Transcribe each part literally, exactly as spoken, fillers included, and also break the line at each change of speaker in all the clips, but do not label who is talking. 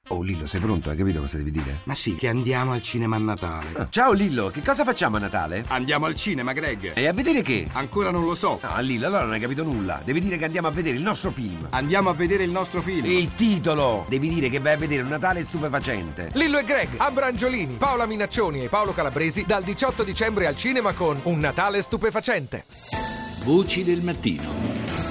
Oh Lillo, sei pronto? Hai capito cosa devi dire?
Ma sì, che andiamo al cinema a Natale.
Ah, ciao Lillo, che cosa facciamo a Natale?
Andiamo al cinema, Greg.
E a vedere che?
Ancora non lo so.
No, Lillo, allora non hai capito nulla. Devi dire che andiamo a vedere il nostro film.
Andiamo a vedere il nostro film.
Il titolo! Devi dire che vai a vedere un Natale stupefacente.
Lillo e Greg, Abrangiolini, Paola Minaccioni e Paolo Calabresi dal diciotto dicembre al cinema con Un Natale stupefacente.
Voci del mattino.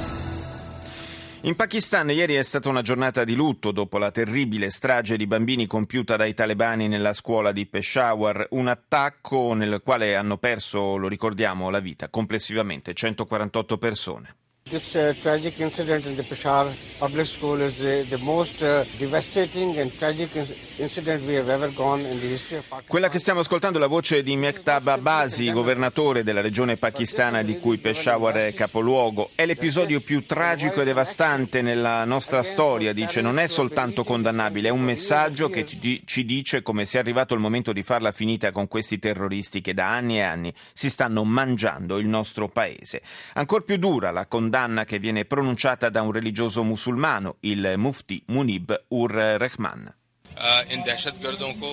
In Pakistan ieri è stata una giornata di lutto dopo la terribile strage di bambini compiuta dai talebani nella scuola di Peshawar, un attacco nel quale hanno perso, lo ricordiamo, la vita complessivamente centoquarantotto persone.
This uh, tragic incident in the Peshawar public school is uh, the most uh, devastating and tragic incident we have ever gone in the history of Pakistan.
Quella che stiamo ascoltando è la voce di Mehtab Abbasi, governatore della regione pakistana di cui Peshawar è capoluogo. È l'episodio più tragico e devastante nella nostra storia, dice, non è soltanto condannabile, è un messaggio che ci dice come sia arrivato il momento di farla finita con questi terroristi che da anni e anni si stanno mangiando il nostro paese. Ancor più dura la condanna che viene pronunciata da un religioso musulmano, il Mufti Munib ur Rahman.
इन दहशतगर्दों को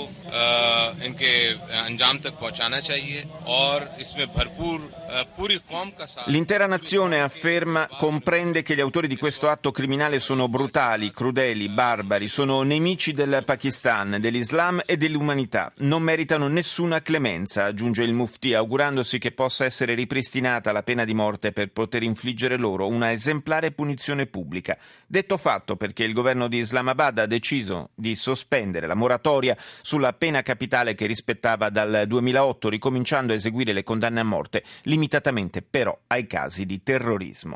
इनके अंजाम तक पहुंचाना चाहिए और इसमें भरपूर पूरी कौम का साथ.
L'intera nazione, afferma, comprende che gli autori di questo atto criminale sono brutali, crudeli, barbari, sono nemici del Pakistan, dell'Islam e dell'umanità. Non meritano nessuna clemenza, aggiunge il Mufti, augurandosi che possa essere ripristinata la pena di morte per poter infliggere loro una esemplare punizione pubblica. Detto fatto, perché il governo di Islamabad ha deciso di sospendere la moratoria sulla pena capitale che rispettava dal duemilaotto, ricominciando a eseguire le condanne a morte, limitatamente però ai casi di terrorismo.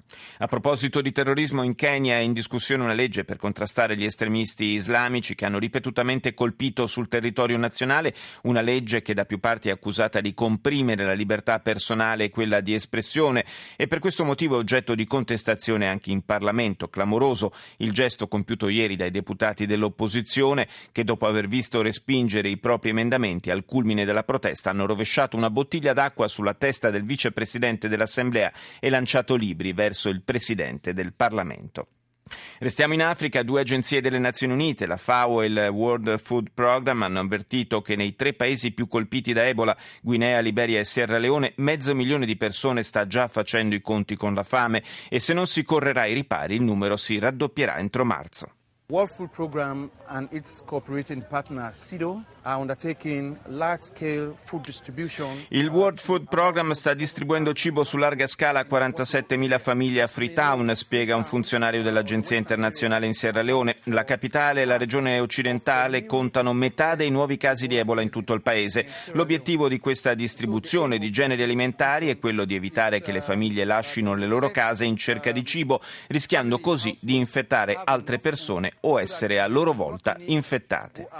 A proposito di terrorismo, in Kenya è in discussione una legge per contrastare gli estremisti islamici che hanno ripetutamente colpito sul territorio nazionale, una legge che da più parti è accusata di comprimere la libertà personale e quella di espressione e per questo motivo è oggetto di contestazione anche in Parlamento. Clamoroso il gesto compiuto ieri dai deputati dell'opposizione che dopo aver visto respingere i propri emendamenti al culmine della protesta hanno rovesciato una bottiglia d'acqua sulla testa del vicepresidente dell'Assemblea e lanciato libri verso il presidente del Parlamento. Restiamo in Africa. Due agenzie delle Nazioni Unite, la FAO e il World Food Programme, hanno avvertito che nei tre paesi più colpiti da Ebola, Guinea, Liberia e Sierra Leone, mezzo milione di persone sta già facendo i conti con la fame e se non si correrà ai ripari il numero si raddoppierà entro marzo.
World Food Programme and its cooperating partner SIDO are undertaking large-scale food distribution.
Il World Food Programme sta distribuendo cibo su larga scala a quarantasettemila famiglie a Freetown, spiega un funzionario dell'Agenzia Internazionale in Sierra Leone. La capitale e la regione occidentale contano metà dei nuovi casi di Ebola in tutto il paese. L'obiettivo di questa distribuzione di generi alimentari è quello di evitare che le famiglie lascino le loro case in cerca di cibo, rischiando così di infettare altre persone o essere a loro volta infettate.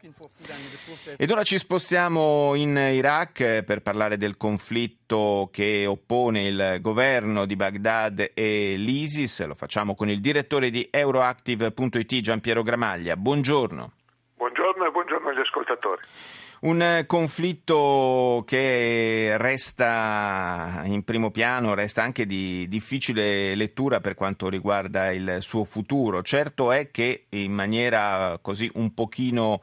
Ed ora ci spostiamo in Iraq per parlare del conflitto che oppone il governo di Baghdad e l'ISIS. Lo facciamo con il direttore di Euroactive punto it, Giampiero Gramaglia. Buongiorno.
Buongiorno e buongiorno agli ascoltatori.
Un conflitto che resta in primo piano, resta anche di difficile lettura per quanto riguarda il suo futuro. Certo è che in maniera così un pochino,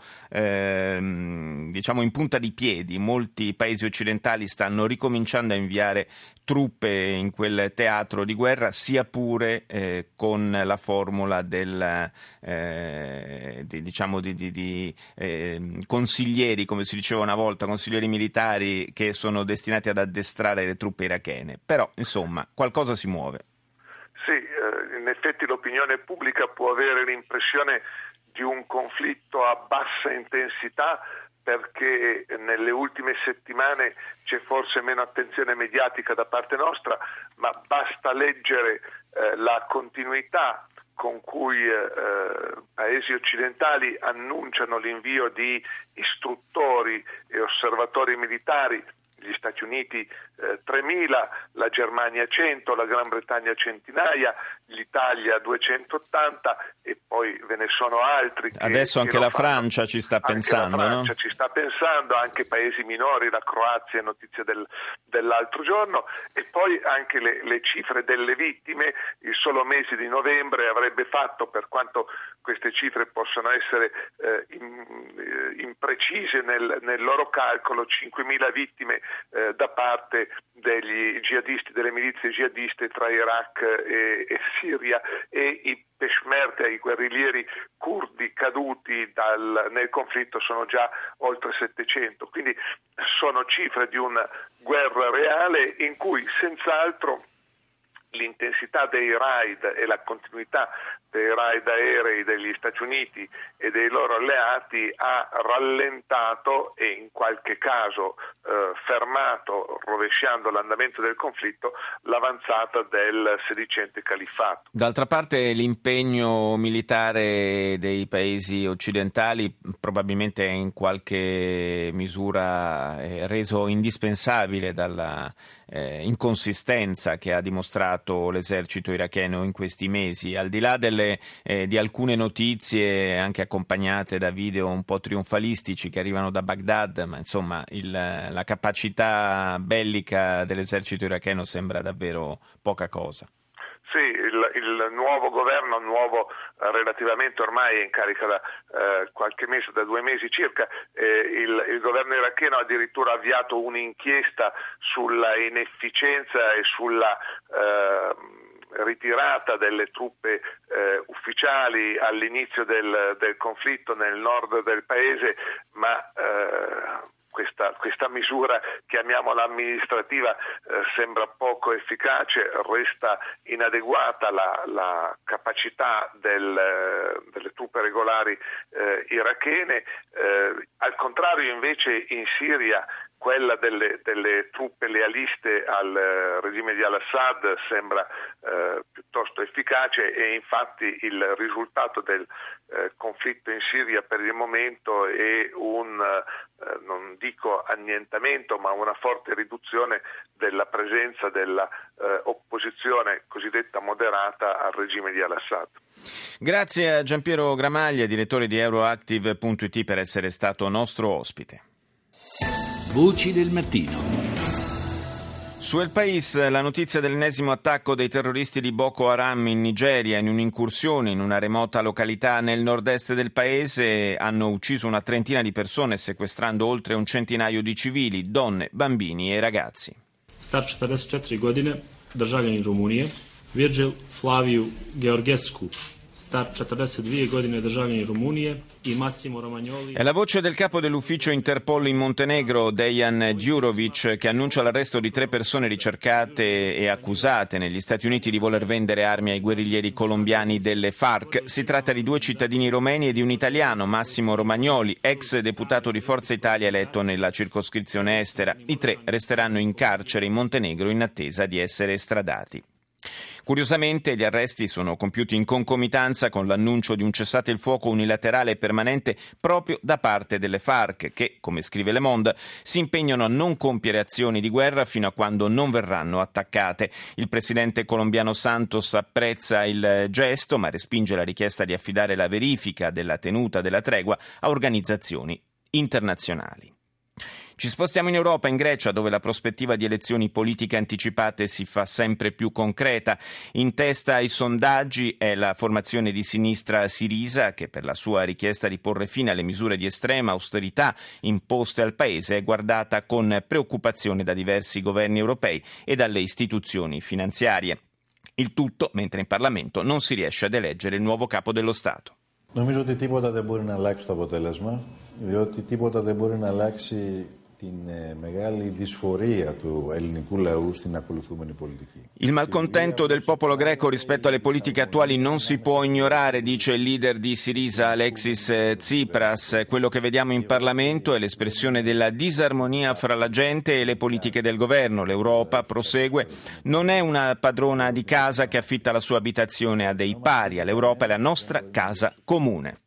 ehm, diciamo in punta di piedi, molti paesi occidentali stanno ricominciando a inviare truppe in quel teatro di guerra, sia pure eh, con la formula del, eh, di, diciamo di, di, di eh, consiglieri, come si diceva una volta, consiglieri militari che sono destinati ad addestrare le truppe irachene. Però, insomma, qualcosa si muove.
Sì, eh, in effetti l'opinione pubblica può avere l'impressione di un conflitto a bassa intensità perché nelle ultime settimane c'è forse meno attenzione mediatica da parte nostra, ma basta leggere eh, la continuità con cui eh, paesi occidentali annunciano l'invio di istruttori e osservatori militari. Gli Stati Uniti eh, tremila, la Germania cento, la Gran Bretagna centinaia, l'Italia duecentottanta e poi ve ne sono altri. Che,
Adesso anche
che
la
fanno.
Francia ci sta
Anche
pensando,
la Francia
no?
ci sta pensando, anche paesi minori, la Croazia, notizia del, dell'altro giorno, e poi anche le, le cifre delle vittime. Il solo mese di novembre avrebbe fatto, per quanto queste cifre possono essere eh, in, eh, imprecise nel, nel loro calcolo, cinquemila vittime eh, da parte degli jihadisti, delle milizie jihadiste tra Iraq e, e Siria, e i Peshmerga, i guerriglieri curdi caduti dal, nel conflitto, sono già oltre settecento. Quindi sono cifre di una guerra reale in cui senz'altro l'intensità dei raid e la continuità dei raid aerei degli Stati Uniti e dei loro alleati ha rallentato e in qualche caso eh, fermato, rovesciando l'andamento del conflitto, l'avanzata del sedicente califfato.
D'altra parte l'impegno militare dei paesi occidentali probabilmente è in qualche misura eh, reso indispensabile dalla eh, inconsistenza che ha dimostrato l'esercito iracheno in questi mesi, al di là delle, eh, di alcune notizie anche accompagnate da video un po' trionfalistici che arrivano da Baghdad, ma insomma il, la capacità bellica dell'esercito iracheno sembra davvero poca cosa.
Sì, il, il nuovo governo, nuovo eh, relativamente ormai è in carica da eh, qualche mese, da due mesi circa, eh, il, il governo iracheno ha addirittura avviato un'inchiesta sulla inefficienza e sulla eh, ritirata delle truppe eh, ufficiali all'inizio del, del conflitto nel nord del paese, ma eh, Questa, questa misura, chiamiamola amministrativa, eh, sembra poco efficace, resta inadeguata la, la capacità del, delle truppe regolari eh, irachene. Eh, al contrario invece in Siria quella delle, delle truppe lealiste al regime di al-Assad sembra eh, piuttosto efficace, e infatti il risultato del eh, conflitto in Siria per il momento è un, eh, non dico annientamento, ma una forte riduzione della presenza della eh, opposizione cosiddetta moderata al regime di al-Assad.
Grazie a Giampiero Gramaglia, direttore di Euroactive punto it, per essere stato nostro ospite.
Voci del mattino.
Su El País la notizia dell'ennesimo attacco dei terroristi di Boko Haram in Nigeria. In un'incursione in una remota località nel nord-est del paese hanno ucciso una trentina di persone, sequestrando oltre un centinaio di civili, donne, bambini e ragazzi.
Star četrdeset četiri godine, državljanin Rumunije, Virgil Flaviu Georgescu, star četrdeset dvije godine, državljanin Rumunije, i Massimo Romagnoli.
È la voce del capo dell'ufficio Interpol in Montenegro, Dejan Djurovic, che annuncia l'arresto di tre persone ricercate e accusate negli Stati Uniti di voler vendere armi ai guerriglieri colombiani delle FARC. Si tratta di due cittadini romeni e di un italiano, Massimo Romagnoli, ex deputato di Forza Italia eletto nella circoscrizione estera. I tre resteranno in carcere in Montenegro in attesa di essere estradati. Curiosamente gli arresti sono compiuti in concomitanza con l'annuncio di un cessate il fuoco unilaterale e permanente proprio da parte delle FARC che, come scrive Le Monde, si impegnano a non compiere azioni di guerra fino a quando non verranno attaccate. Il presidente colombiano Santos apprezza il gesto ma respinge la richiesta di affidare la verifica della tenuta della tregua a organizzazioni internazionali. Ci spostiamo in Europa, in Grecia, dove la prospettiva di elezioni politiche anticipate si fa sempre più concreta. In testa ai sondaggi è la formazione di sinistra Syriza, che per la sua richiesta di porre fine alle misure di estrema austerità imposte al paese è guardata con preoccupazione da diversi governi europei e dalle istituzioni finanziarie. Il tutto mentre in Parlamento non si riesce ad eleggere il nuovo capo dello Stato.
Νομίζω ότι τίποτα δεν μπορεί να αλλάξει το αποτέλεσμα, διότι τίποτα δεν μπορεί να αλλάξει την μεγάλη δυσφορία του ελληνικού λαού στην ακολουθούμενη πολιτική.
Il malcontento del popolo greco rispetto alle politiche attuali non si può ignorare, dice il leader di Syriza Alexis Tsipras. Quello che vediamo in Parlamento è l'espressione della disarmonia fra la gente e le politiche del governo. L'Europa, prosegue, non è una padrona di casa che affitta la sua abitazione a dei paria. L'Europa è la nostra casa comune.